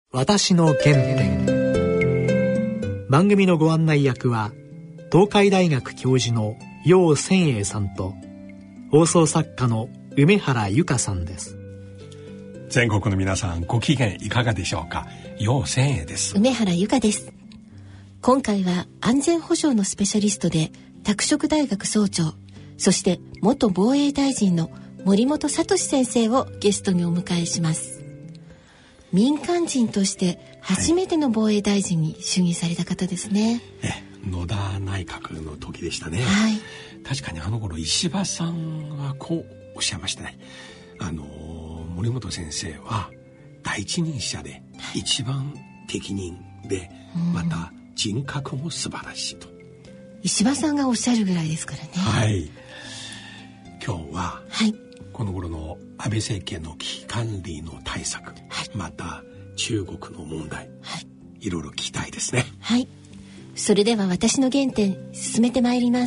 私の原点。番組のご案内役は東海大学教授の楊千栄さんと放送作家の梅原由香さんです。 全国の皆さん、ご機嫌いかがでしょうか。楊千栄です。 梅原由香です。今回は安全保障のスペシャリストで拓殖大学総長、そして元防衛大臣の森本聡先生をゲストにお迎えします。民間人として初めての防衛大臣に就任された方ですね。 野田内閣の時でしたね。確かにあの頃石破さんはこうおっしゃいましたね。森本先生は第一人者で一番適任で、また人格も素晴らしいと石破さんがおっしゃるぐらいですからね。 今日は、この頃の安倍政権の危機管理の対策、また中国の問題、いろいろ聞きたいですね。 それでは私の原点進めてまいります。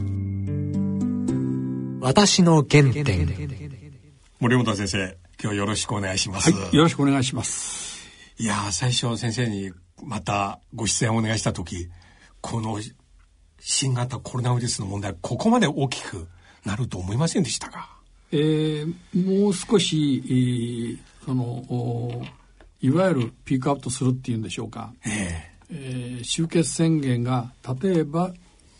私の原点。 森本先生、今日よろしくお願いします。 よろしくお願いします。 いや、最初先生にまたご出演をお願いした時、この新型コロナウイルスの問題、ここまで大きくなると思いませんでしたが。 もう少し、いわゆるピークアウトするっていうんでしょうか。終結宣言が例えば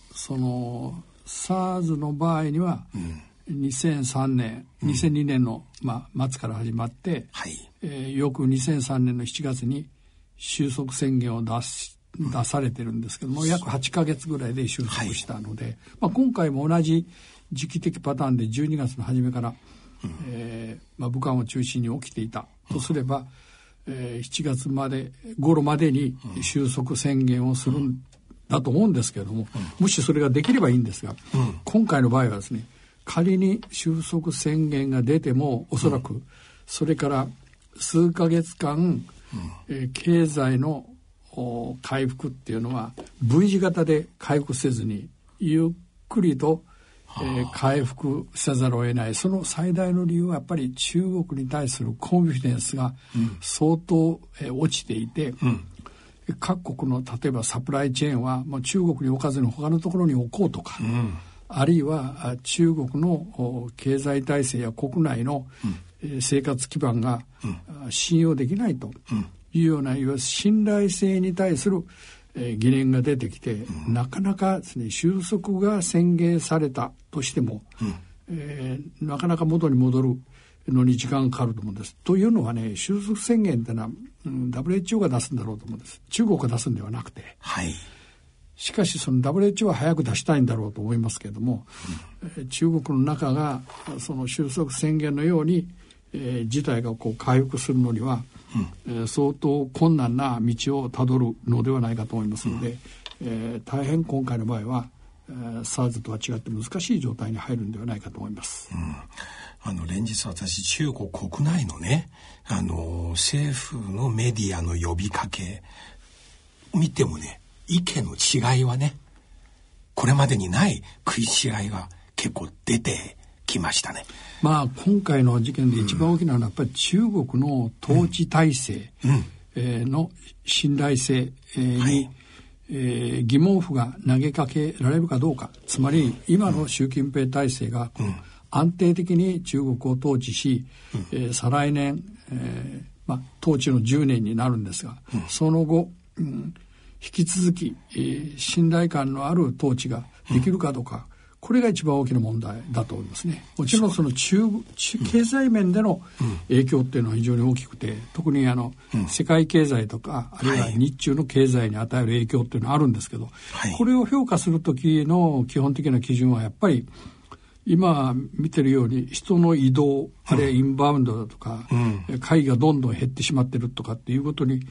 SARS の場合には、2003年、2002年の、末から始まって、翌2003年の7月に収束宣言を出されてるんですけども、約8ヶ月ぐらいで収束したので、今回も同じ時期的パターンで12月の初めから、武漢を中心に起きていたとすれば、7月頃までに収束宣言をするんだと思うんですけれども、もしそれができればいいんですが、今回の場合はですね、仮に収束宣言が出てもおそらくそれから数ヶ月間、経済の回復っていうのは V 字型で回復せずにゆっくりと回復せざるを得ない。その最大の理由はやっぱり中国に対するコンフィデンスが相当落ちていて、各国の例えばサプライチェーンはもう中国に置かずに他のところに置こうとか、あるいは中国の経済体制や国内の生活基盤が信用できないというような、いわゆる信頼性に対する疑念が出てきて、なかなかですね、収束が宣言されたとしても、なかなか元に戻るのに時間がかかると思うんです。というのはね、収束宣言ってのは、WHO が出すんだろうと思うんです。中国が出すんではなくて、しかしその WHO は早く出したいんだろうと思いますけれども、中国の中がその収束宣言のように、事態が回復するのには、相当困難な道をたどるのではないかと思いますので、大変今回の場合は、SARS とは違って難しい状態に入るんではないかと思います。 連日私中国国内のね、政府のメディアの呼びかけ見てもね、意見の違いはね、これまでにない食い違いが結構出てきましたね。 今回の事件で一番大きなのはやっぱり中国の統治体制の信頼性に疑問符が投げかけられるかどうか。つまり今の習近平体制が安定的に中国を統治し、再来年、統治の10年になるんですが、その後、引き続き、信頼感のある統治ができるかどうか、これが一番大きな問題だと思いますね。もちろんその経済面での影響っていうのは非常に大きくて、特に世界経済とか、あるいは日中の経済に与える影響っていうのはあるんですけど、これを評価するときの基本的な基準はやっぱり今見てるように人の移動、あるいはインバウンドだとか、会がどんどん減ってしまってるとかっていうことに、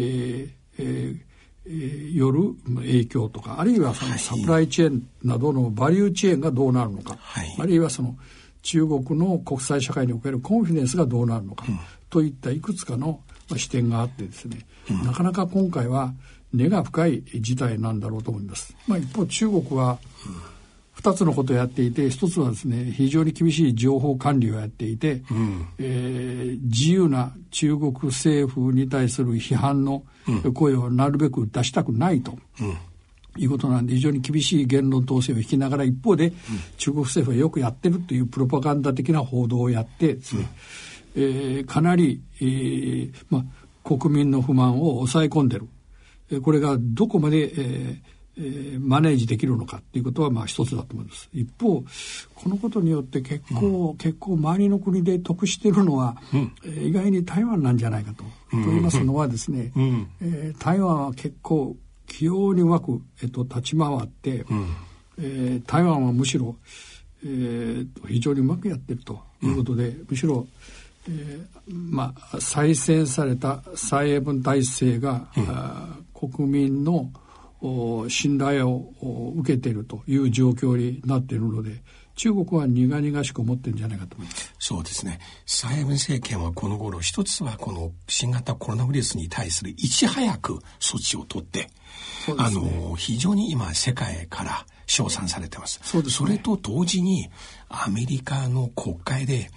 よる影響とか、あるいはそのサプライチェーンなどのバリューチェーンがどうなるのか、あるいはその中国の国際社会におけるコンフィデンスがどうなるのか、といったいくつかの視点があってですね、なかなか今回は根が深い事態なんだろうと思います。一方中国は 2つのことをやっていて、1つはですね、非常に厳しい情報管理をやっていて、自由な中国政府に対する批判の声をなるべく出したくないと、いうことなんで、非常に厳しい言論統制を引きながら、一方で、中国政府はよくやってるというプロパガンダ的な報道をやってですね、かなり、国民の不満を抑え込んでる。これがどこまで、マネージできるのかということは一つだと思います。一方、このことによって結構周りの国で得しているのは、意外に台湾なんじゃないかと。と言いますのはですね、台湾は結構器用にうまく、立ち回って、台湾はむしろ、非常にうまくやっているということで、むしろ、再選された蔡英文体制が、国民の信頼を受けているという状況になっているので、中国は苦々しく思ってるんじゃないかと思います。 そうですね。蔡英文政権はこの頃、一つはこの新型コロナウイルスに対するいち早く措置を取って、非常に今世界から称賛されています。 そうですね。 それと同時にアメリカの国会で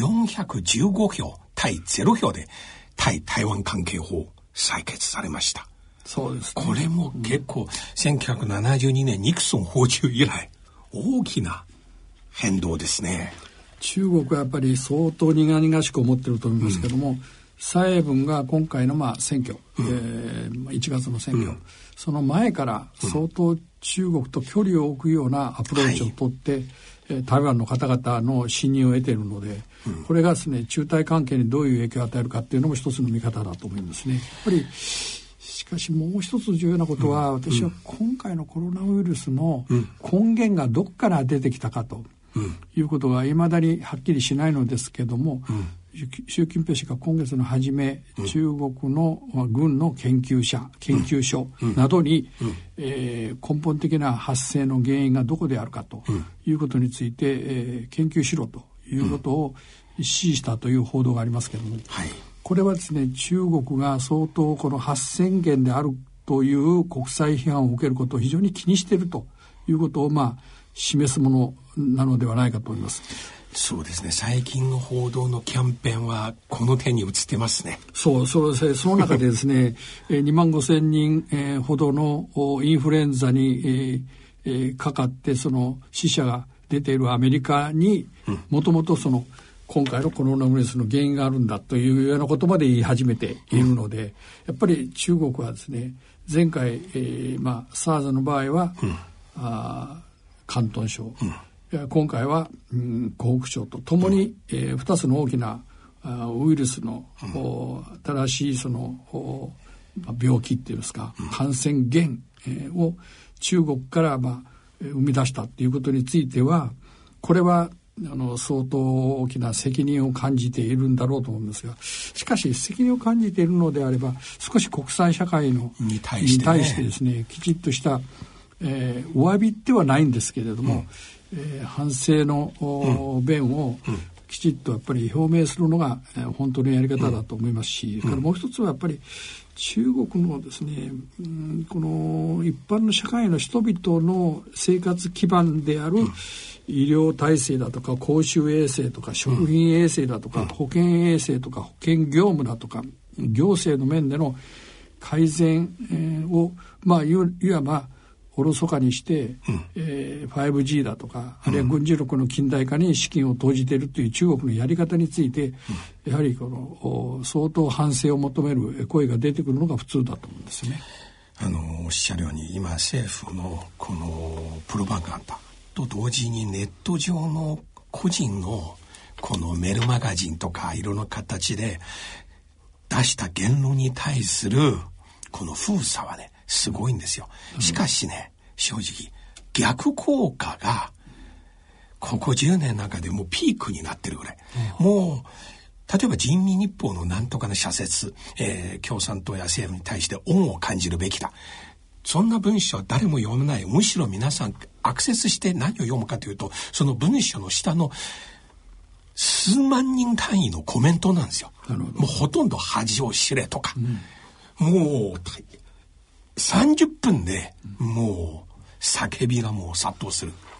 415票対0票で対台湾関係法採決されました。 そうですね。 これも結構1972年ニクソン訪中以来大きな変動ですね。 中国はやっぱり相当苦々しく思っていると思いますけども、蔡英文が今回の選挙、1月の選挙、その前から相当中国と距離を置くようなアプローチを取って、台湾の方々の信任を得ているので、これがですね、中台関係にどういう影響を与えるかっていうのも一つの見方だと思いますね。やっぱりしかしもう一つ重要なことは、私は今回のコロナウイルスの根源がどこから出てきたかということがいまだにはっきりしないのですけども、習近平氏が今月の初め、中国の軍の研究所などに、根本的な発生の原因がどこであるかということについて、研究しろということを指示したという報道がありますけども、これはですね、中国が相当この発生源であるという国際批判を受けることを非常に気にしているということを示すものなのではないかと思います。 そうですね。最近の報道のキャンペーンはこの点に映ってますね。 その中でですね25,000人ほどのインフルエンザにかかってその死者が出ているアメリカにもともとその今回のコロナウイルスの原因があるんだというようなことまで言い始めているので、やっぱり中国はですね、前回、SARS の場合は、広東省、今回は、湖北省とともに、2つの大きなウイルスの、新しいその病気っていうんですか、感染源、を中国から生み出したということについては、これは相当大きな責任を感じているんだろうと思うんですが、しかし責任を感じているのであれば、少し国際社会に対してですね、きちっとしたお詫びではないんですけれども、反省の弁をきちっとやっぱり表明するのが本当のやり方だと思いますし、それからもう一つはやっぱり中国のですね、この一般の社会の人々の生活基盤である医療体制だとか公衆衛生とか食品衛生だとか保健衛生とか保健業務だとか行政の面での改善をいわばおろそかにして、5G だとかあるいは軍事力の近代化に資金を投じているという中国のやり方について、やはりこの相当反省を求める声が出てくるのが普通だと思うんですね。 おっしゃるように今政府のこのプロパガンダと同時にネット上の個人のこのメールマガジンとかいろんな形で出した言論に対するこの封鎖はねすごいんですよ。しかしね、正直逆効果がここ10年の中でもうピークになってるぐらい、もう例えば人民日報のなんとかの社説、共産党や政府に対して恩を感じるべきだ、そんな文章は誰も読めない。むしろ皆さんアクセスして何を読むかというと、その文章の下の数万人単位のコメントなんですよ。もうほとんど恥を知れとか、もう30分でもう叫びがもう殺到する。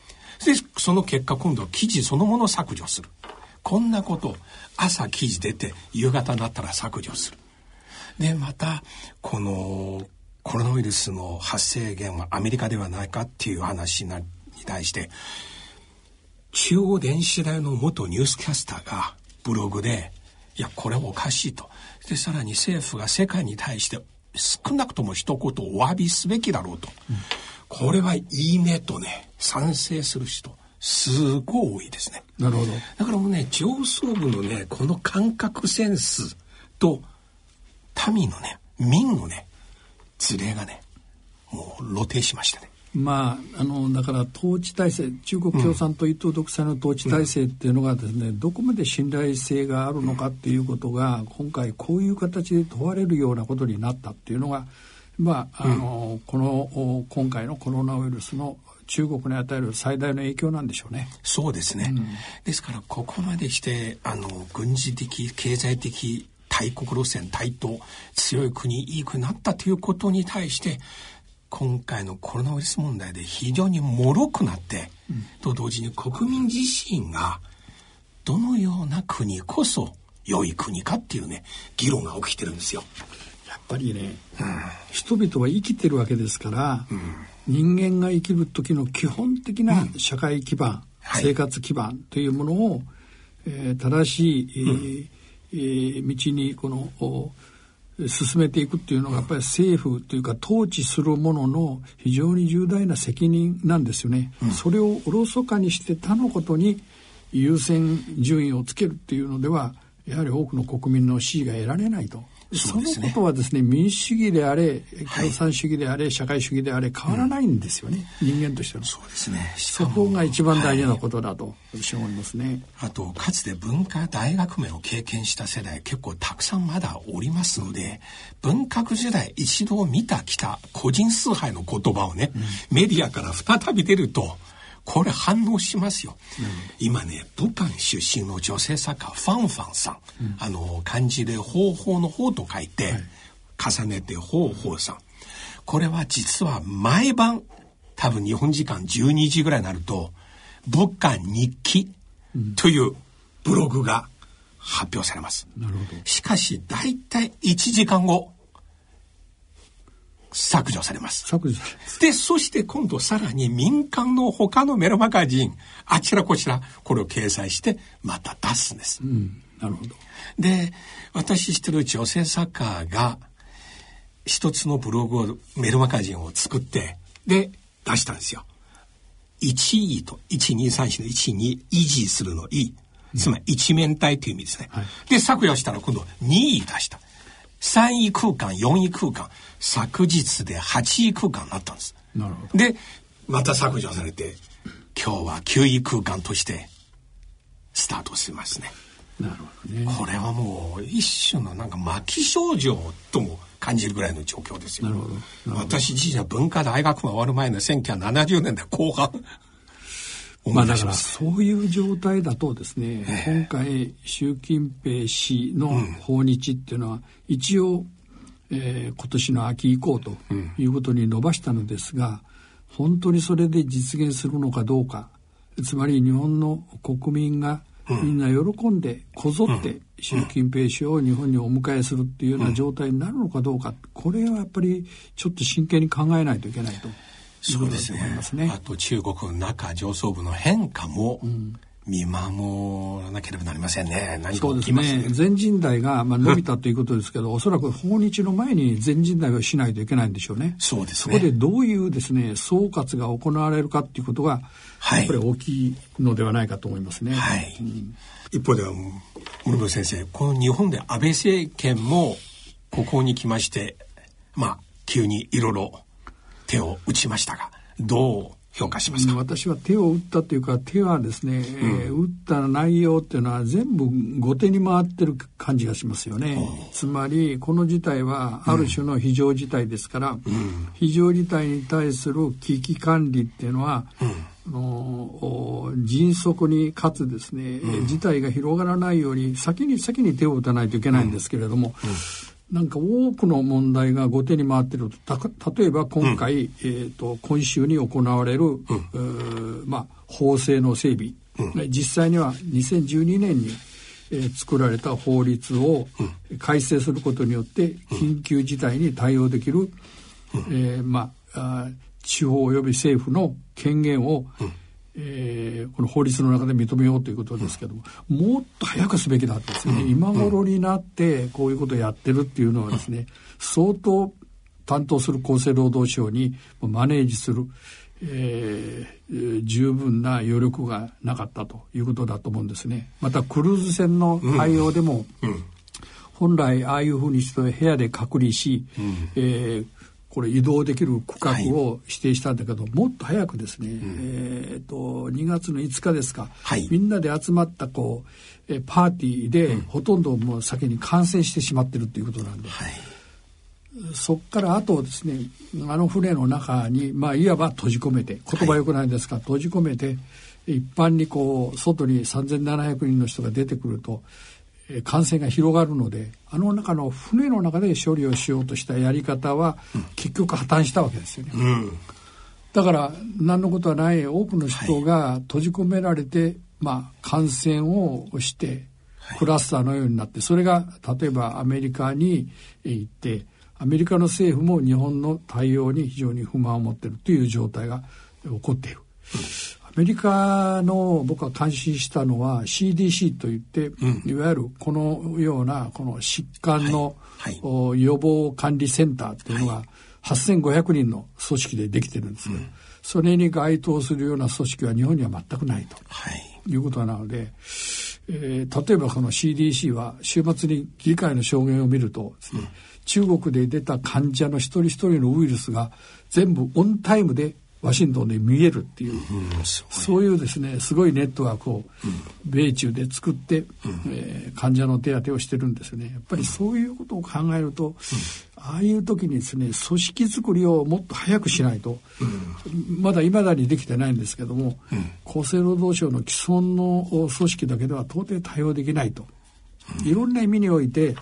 でその結果今度は記事そのものを削除する。こんなこと朝記事出て夕方になったら削除する。でまたこのコロナウイルスの発生源はアメリカではないかっていう話に対して中央電子大の元ニュースキャスターがブログでいやこれはおかしいと。でさらに政府が世界に対して少なくとも一言お詫びすべきだろうと、これはいいねとね賛成する人すごい多いですね。 なるほど。 だからもうね上層部のねこの感覚センスと民のね民のねズレがねもう露呈しましたね。 まあ、だから統治体制、中国共産党一党独裁の統治体制っていうのがですね、どこまで信頼性があるのかっていうことが今回こういう形で問われるようなことになったっていうのが、まあ今回のコロナウイルスの中国に与える最大の影響なんでしょうね。 そうですね、ですからここまでして軍事的経済的大国路線対等強い国いい国になったということに対して今回のコロナウイルス問題で非常に脆くなって、と同時に国民自身がどのような国こそ良い国かっていうね議論が起きてるんですよ。 やっぱりね、人々は生きてるわけですから、人間が生きる時の基本的な社会基盤、生活基盤というものを、正しい、道にこの進めていくっていうのがやっぱり政府というか統治するものの非常に重大な責任なんですよね、それをおろそかにして他のことに優先順位をつけるっていうのではやはり多くの国民の支持が得られないと。そのことはですね民主主義であれ共産主義であれ、社会主義であれ変わらないんですよね、人間としての。 そうですね。 そこが一番大事なことだと私は思いますね。 あとかつて文化大革命を経験した世代結構たくさんまだおりますので、文革時代一度見たきた個人崇拝の言葉をね、メディアから再び出るとこれ反応しますよ、今ね武漢出身の女性作家ファンファンさん、漢字で方法の方と書いて、重ねて方法さん、これは実は毎晩多分日本時間12時ぐらいになると武漢日記というブログが発表されます、 なるほど。 しかしだいたい1時間後削除されます。で、そして今度さらに民間の他のメロマガジンあちらこちらこれを掲載してまた出すんです、 なるほど。 で、私知ってる女性作家が一つのブログをメロマガジンを作ってで出したんですよ。1位と1234の1に維持するのいい、つまり一面体という意味ですね、で削除したら今度2位出した、3位空間4位空間昨日で8位空間になったんです。 なるほど。 でまた削除されて今日は9位空間としてスタートしますね。 なるほどね。 これはもう一種のなんか末期症状とも感じるぐらいの状況ですよ。 なるほど。 私自身は文化大学が終わる前の1970年代後半だからそういう状態だとですね、今回習近平氏の訪日っていうのは一応、今年の秋以降ということに伸ばしたのですが、本当にそれで実現するのかどうか、つまり日本の国民がみんな喜んでこぞって習近平氏を日本にお迎えするっていうような状態になるのかどうか、これはやっぱりちょっと真剣に考えないといけないと。 そうですね。あと中国の中上層部の変化も見守らなければなりませんね。何か起きますね。 そうですね。全人代が伸びたということですけど、おそらく訪日の前に全人代をしないといけないんでしょうね。 そうですね。 そこでどういうですね総括が行われるかということがやっぱり大きいのではないかと思いますね。 一方では森本先生、この日本で安倍政権もここに来まして急にいろいろ手を打ちましたが、どう評価しますか？ 私は手を打ったというか、手はですね、打った内容っていうのは全部後手に回ってる感じがしますよね。つまりこの事態はある種の非常事態ですから、非常事態に対する危機管理っていうのは、迅速にかつですね、事態が広がらないように先に手を打たないといけないんですけれども、 なんか多くの問題が後手に回っていると、例えば今回、今週に行われる、法制の整備、実際には2012年に、作られた法律を改正することによって緊急事態に対応できる、地方及び政府の権限を、この法律の中で認めようということですけども、もっと早くすべきだったですね。今頃になってこういうことをやってるっていうのはですね、相当担当する厚生労働省にマネージする、十分な余力がなかったということだと思うんですね。またクルーズ船の対応でも、本来ああいうふうにして部屋で隔離し、これ移動できる区画を指定したんだけど、もっと早くですね、2月の5日ですか、みんなで集まったパーティーで、ほとんどもう先に感染してしまってるということなんで、そっからあとですね、あの船の中に、いわば閉じ込めて、言葉よくないですか、閉じ込めて一般に外に3700人の人が出てくると感染が広がるので、あの中の船の中で処理をしようとしたやり方は結局破綻したわけですよね、だから何のことはない多くの人が閉じ込められて、感染をしてクラスターのようになって、それが例えばアメリカに行って、アメリカの政府も日本の対応に非常に不満を持っているという状態が起こっている。アメリカの僕は関心したのは CDC といって、いわゆるこのようなこの疾患の、予防管理センターというのが8500人の組織でできてるんですけど、それに該当するような組織は日本には全くないと、いうことなので、例えばこの CDC は週末に議会の証言を見るとですね、中国で出た患者の一人一人のウイルスが全部オンタイムでワシントンで見えるっていう、そういうですねすごいネットワークを米中で作って、患者の手当てをしてるんですよね。やっぱりそういうことを考えると、ああいう時にですね組織作りをもっと早くしないと、まだ未だにできてないんですけども、厚生労働省の既存の組織だけでは到底対応できないと、いろんな意味において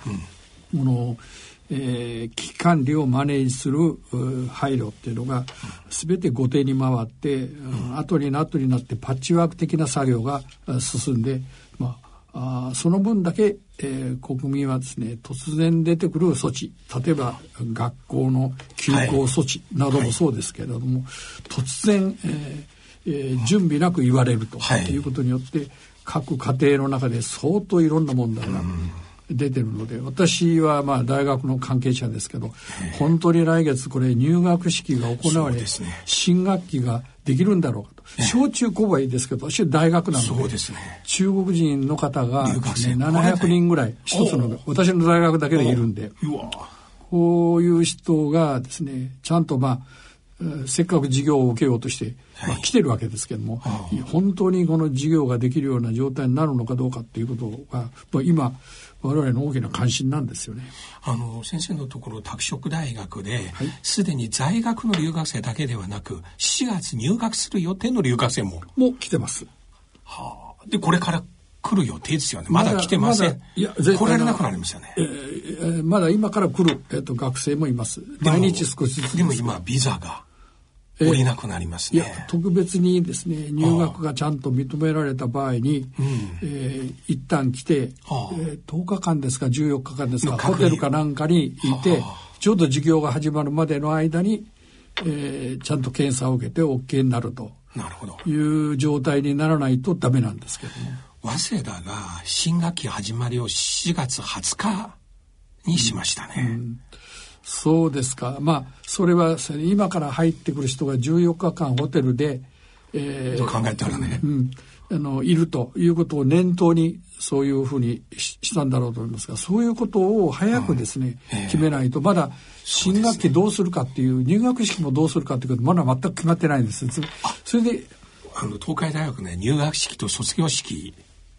危機管理をマネージする配慮っていうのが全て後手に回って、後になってパッチワーク的な作業が進んで、その分だけ、国民はですね突然出てくる措置、例えば学校の休校措置などもそうですけれども、突然、準備なく言われるということによって、各家庭の中で相当いろんな問題が出てるので、私は大学の関係者ですけど、本当に来月これ入学式が行われ、新学期ができるんだろうかと、小中高はいいですけど、私は大学なので、中国人の方が、700人ぐらい一つの私の大学だけでいるんで、こういう人がですねちゃんとせっかく授業を受けようとして、来てるわけですけども、本当にこの授業ができるような状態になるのかどうかっていうことが今我々の大きな関心なんですよね。 先生のところ拓殖大学ですでに在学の留学生だけではなく、4月入学する予定の留学生も来てます。 でこれから来る予定ですよね。まだ来てません。来られなくなりますよね。 まだ今から来る、学生もいます。毎日少しずつ。 でも今ビザが降りなくなりますね。 特別にですね入学がちゃんと認められた場合に、一旦来て、10日間ですか14日間ですかホテルかなんかにいて、ちょうど授業が始まるまでの間に、ちゃんと検査を受けて OK になるという状態にならないとダメなんですけども、 早稲田が新学期始まりを4月20日にしましたね。 そうですか。それは今から入ってくる人が14日間ホテルで、 考えたらね、 いるということを念頭にそういうふうにしたんだろうと思いますが、そういうことを早くですね、決めないと、まだ新学期どうするかっていう、入学式もどうするかっていうことまだ全く決まってないんです。それで東海大学ね、入学式と卒業式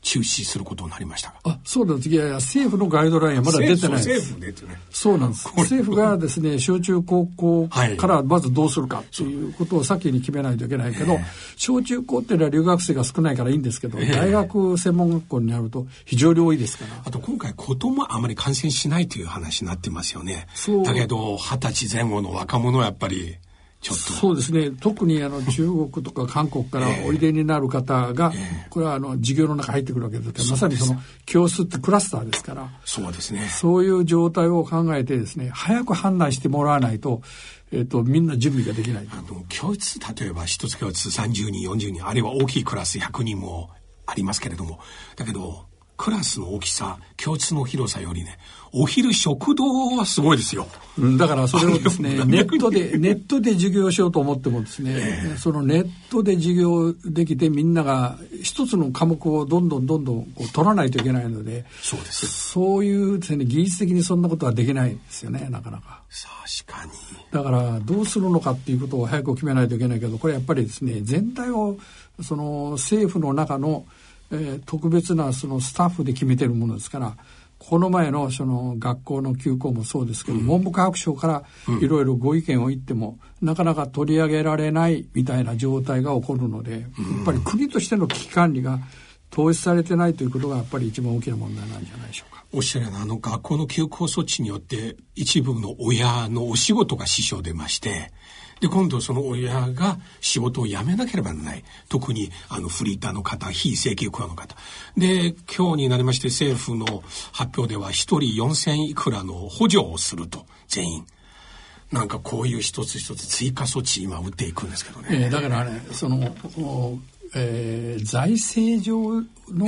中止することになりましたか？ あ、そうなんです。いやいや、政府のガイドラインはまだ出てないです。 政府出てね。 そうなんです。政府がですね、小中高校からまずどうするかということを先に決めないといけないけど、小中高っていうのは留学生が少ないからいいんですけど、大学専門学校になると非常に多いですから。 あと今回子供はあまり感染しないという話になってますよね。だけど20歳前後の若者はやっぱりちょっと。 そうですね。特に中国とか韓国からおいでになる方が、これは授業の中入ってくるわけですから、まさにその教室ってクラスターですから。 そうですね。 そういう状態を考えてですね、早く判断してもらわないと、みんな準備ができない。 教室、例えば一つ教室30人、40人、あるいは大きいクラス100人もありますけれども、だけど、クラスの大きさ、教室の広さよりね、お昼食堂はすごいですよ。 だからそれをですね、ネットで授業しようと思ってもですね、そのネットで授業できてみんなが一つの科目をどんどんこう取らないといけないので、 そうです。 そういうですね、技術的にそんなことはできないですよね、なかなか。 確かに。 だからどうするのかっていうことを早く決めないといけないけど、これやっぱりですね、全体をその政府の中の特別なそのスタッフで決めてるものですから、この前のその学校の休校もそうですけど、文部科学省からいろいろご意見を言っても、なかなか取り上げられないみたいな状態が起こるので、やっぱり国としての危機管理が統一されてないということがやっぱり一番大きな問題なんじゃないでしょうか。 おっしゃるような学校の休校措置によって一部の親のお仕事が支障出まして、で今度その親が仕事を辞めなければならない。特にフリーターの方、非正規雇用の方で、今日になりまして政府の発表では1人4000いくらの補助をすると、全員なんかこういう一つ一つ追加措置今打っていくんですけどね。 だからね、その財政上の、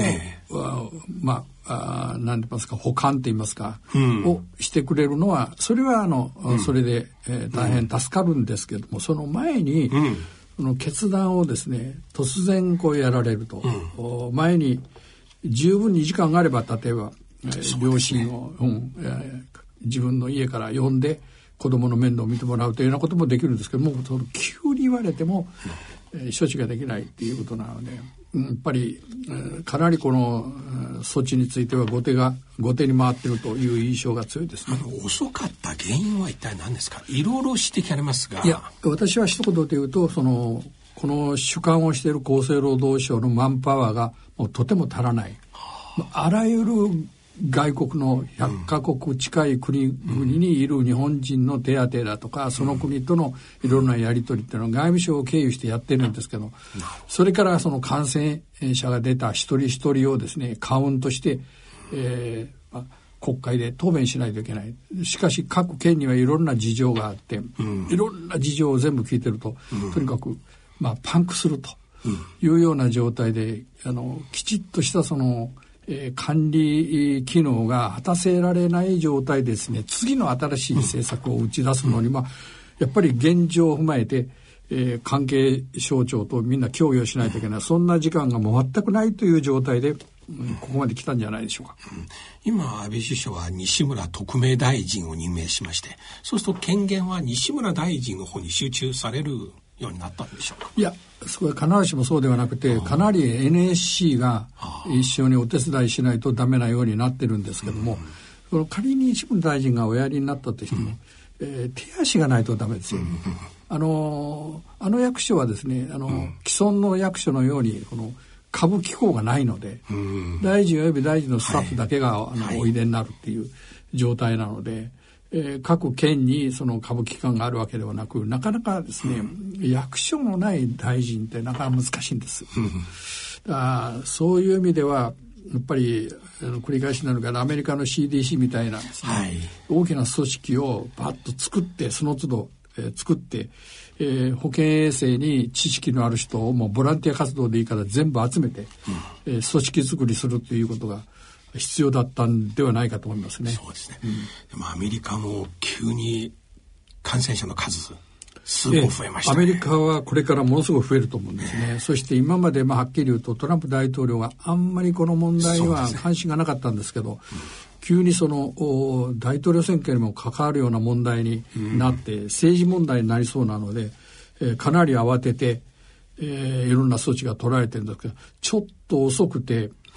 何て言いますか、補完と言いますか、をしてくれるのは、それはそれで、大変助かるんですけども、その前に、その決断をですね、突然こうやられると、前に十分に時間があれば、例えば、両親を、自分の家から呼んで子供の面倒を見てもらうというようなこともできるんですけども、その急に言われても、処置ができないっていうことなので、やっぱりかなりこの措置については後手に回っているという印象が強いですね。 遅かった原因は一体何ですか？いろいろ指摘ありますが。 いや、私は一言で言うと、この主管をしている厚生労働省のマンパワーがもうとても足らない。あらゆる外国の100カ国近い国々にいる日本人の手当だとか、その国とのいろんなやり取りっていうのを外務省を経由してやってるんですけど、それからその感染者が出た一人一人をですね、カウントして、国会で答弁しないといけない。しかし各県にはいろんな事情があって、いろんな事情を全部聞いてると、とにかくパンクするというような状態で、きちっとしたその管理機能が果たせられない状態ですね、次の新しい政策を打ち出すのには、やっぱり現状を踏まえて、関係省庁とみんな協議しないといけない。そんな時間がもう全くないという状態で、ここまで来たんじゃないでしょうか。 今安倍首相は西村特命大臣を任命しまして、そうすると権限は西村大臣の方に集中されるようになったんでしょうか。 いや、それは必ずしもそうではなくて、かなり NSC が一緒にお手伝いしないとダメなようになってるんですけども、仮に西村大臣がおやりになったとしても、手足がないとダメですよね。役所はですね、既存の役所のようにこの株機構がないので、大臣および大臣のスタッフだけが、おいでになるっていう状態なので、各県にその株機関があるわけではなく、なかなかですね、役所のない大臣ってなかなか難しいんです。そういう意味ではやっぱり繰り返しになるからアメリカの CDC みたいなですね、大きな組織をバッと作って、その都度作って、保健衛生に知識のある人をもうボランティア活動でいいから全部集めて、組織作りするということが必要だったんではないかと思いますね。 そうですね。でもアメリカも急に感染者の数すごく増えましたね。 アメリカはこれからものすごく増えると思うんですね。そして今まではっきり言うとトランプ大統領があんまりこの問題は関心がなかったんですけど、急にその大統領選挙にも関わるような問題になって、政治問題になりそうなので、かなり慌てて、いろんな措置が取られてるんですけど、ちょっと遅くて、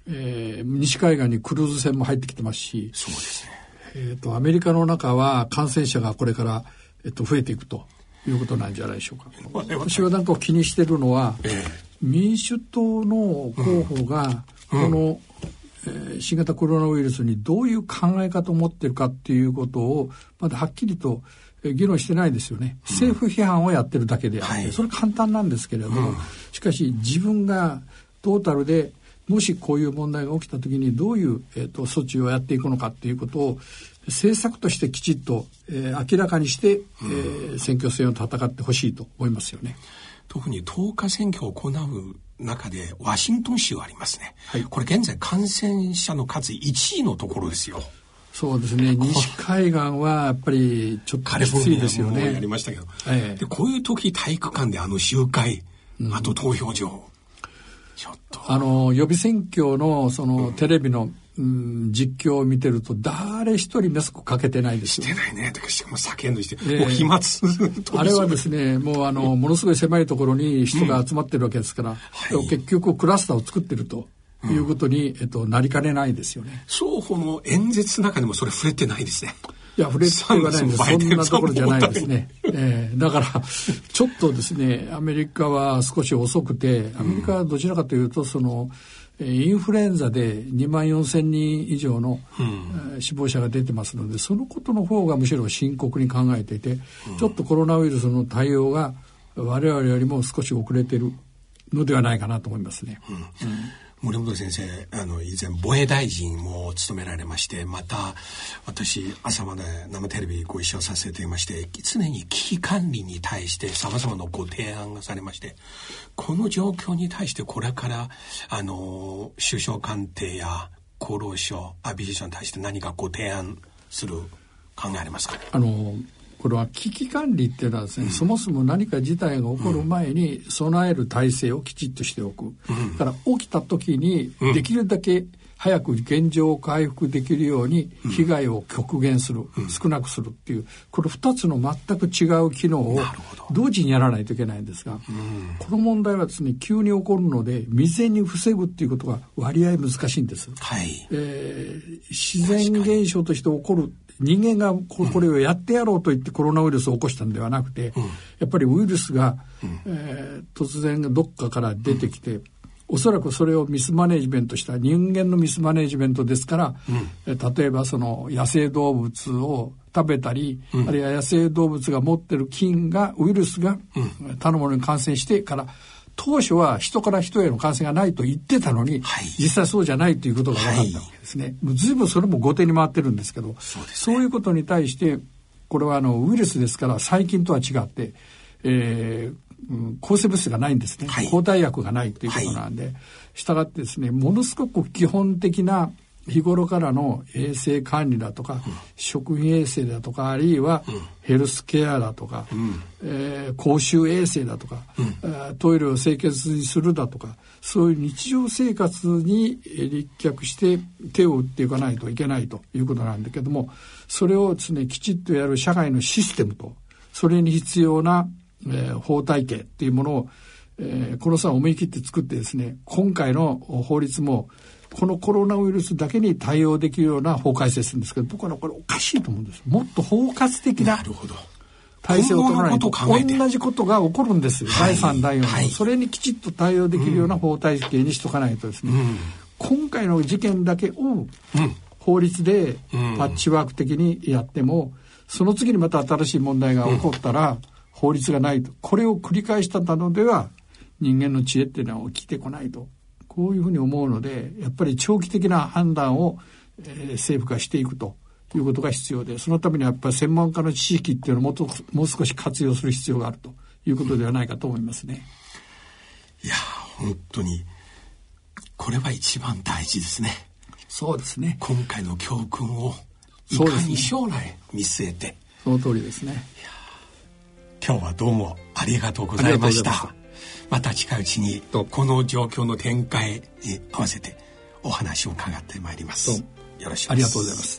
西海岸にクルーズ船も入ってきてますし、 そうですね。 アメリカの中は感染者がこれから、増えていくということなんじゃないでしょうか。私はなんか気にしてるのは、民主党の候補がこの、新型コロナウイルスにどういう考え方を持っているかっていうことをまだはっきりと議論してないですよね。政府批判をやってるだけであって、それ簡単なんですけれども、しかし自分がトータルでもしこういう問題が起きたときにどういう、措置をやっていくのかということを政策としてきちっと、明らかにして、選挙戦を戦ってほしいと思いますよね。 特に10日選挙を行う中でワシントン州ありますね、はい、これ現在感染者の数1位のところですよ。 そうですね。西海岸はやっぱりちょっときついですよね。 もやりましたけど、でこういう時体育館で集会、あと投票所、ちょっと予備選挙のそのテレビの、実況を見てると誰一人マスクかけてないですよ。 してないね。しかも叫んでして、もう飛沫あれはですね、もうものすごい狭いところに人が集まってるわけですから、結局クラスターを作ってるということに、なりかねないですよね。 双方の演説の中でもそれ触れてないですね。 いや、触れてはないんです。そんなところじゃないですね。だからちょっとですね、アメリカは少し遅くて、アメリカはどちらかというとインフルエンザで24,000人以上の、死亡者が出てますので、そのことの方がむしろ深刻に考えていて、ちょっとコロナウイルスの対応が我々よりも少し遅れているのではないかなと思いますね。 森本先生、以前防衛大臣も務められまして、また私朝まで生テレビご一緒させていまして、常に危機管理に対して様々なご提案がされまして、この状況に対してこれから首相官邸や厚労省、安倍首相に対して何かご提案する考えありますかね。 これは危機管理っていうのはですね、そもそも何か事態が起こる前に備える体制をきちっとしておく。だから起きた時にできるだけ早く現状を回復できるように被害を極減する、少なくするっていう、これ2つの全く違う機能を同時にやらないといけないんですが、この問題はですね、急に起こるので未然に防ぐっていうことが割合難しいんです。自然現象として起こる、人間がこれをやってやろうと言ってコロナウイルスを起こしたんではなくて、やっぱりウイルスが、突然どっかから出てきて、おそらくそれをミスマネジメントした人間のミスマネジメントですから、例えば野生動物を食べたり、あるいは野生動物が持ってる菌がウイルスが他のものに感染してから、当初は人から人への感染がないと言ってたのに、実際そうじゃないということが分かったわけですね。ずいぶんそれも後手に回ってるんですけど、そういうことに対してこれはウイルスですから細菌とは違って、抗生物質がないんですね。抗体薬がないということなんで、したがってですね、ものすごく基本的な日頃からの衛生管理だとか、食品衛生だとか、あるいはヘルスケアだとか、公衆衛生だとか、トイレを清潔にするだとか、そういう日常生活に立脚して手を打っていかないといけないということなんだけども、それをですね、きちっとやる社会のシステムと、それに必要な、法体系っていうものを、この際思い切って作ってですね、今回の法律もこのコロナウイルスだけに対応できるような法改正するんですけど、僕はこれおかしいと思うんです。もっと包括的な体制を取らないと同じことが起こるんですよ。第3第4の、それにきちっと対応できるような法体系にしとかないとですね、今回の事件だけを法律でパッチワーク的にやっても、その次にまた新しい問題が起こったら法律がないと、これを繰り返したのでは人間の知恵っていうのは起きてこないと、こういうふうに思うので、やっぱり長期的な判断を、政府がしていくということが必要で、そのためにはやっぱり専門家の知識っていうのをもう少し活用する必要があるということではないかと思いますね。 いや本当にこれは一番大事ですね。 そうですね。 今回の教訓をいかに将来見据えて、 その通りですね。 今日はどうもありがとうございました。また近いうちにこの状況の展開に合わせてお話を伺ってまいります。よろしくお願いします。ありがとうございます。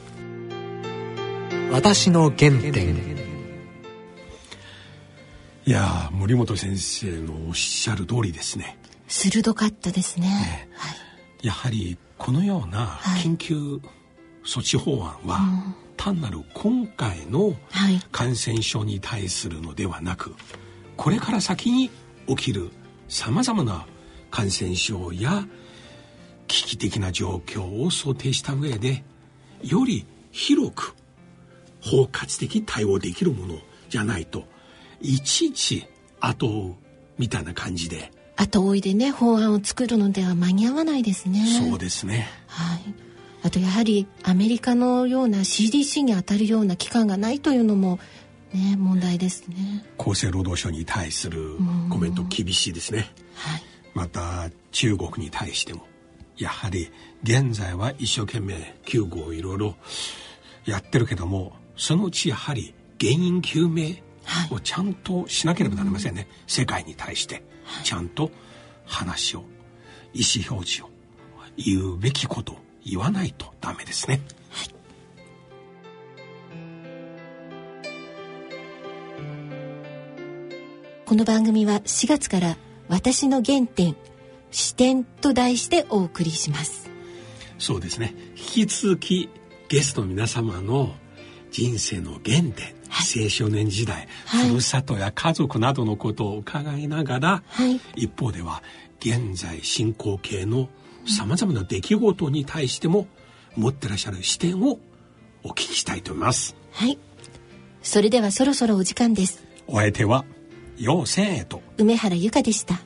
私の原点。 いや森本先生のおっしゃる通りですね。 鋭かったですね。 やはりこのような緊急措置法案は、単なる今回の感染症に対するのではなく、これから先に起きるさまざまな感染症や危機的な状況を想定した上で、より広く包括的対応できるものじゃないと、いちいち後追うみたいな感じで、 後追いでね、法案を作るのでは間に合わないですね。 そうですね。 はい。あとやはりアメリカのような CDC に当たるような機関がないというのもね、問題ですね。 厚生労働省に対するコメント厳しいですね。 はい。 また中国に対してもやはり現在は一生懸命救護をいろいろやってるけども、そのうちやはり原因究明をちゃんとしなければなりませんね。世界に対してちゃんと話を、意思表示を、言うべきことを言わないとダメですね。 はい。この番組は4月から私の原点、視点と題してお送りします。 そうですね。引き続きゲストの皆様の人生の原点、青少年時代、ふるさとや家族などのことを伺いながら、一方では現在進行形のさまざまな出来事に対しても持ってらっしゃる視点をお聞きしたいと思います。 はい。それではそろそろお時間です。 お相手は陽千恵と梅原由香でした。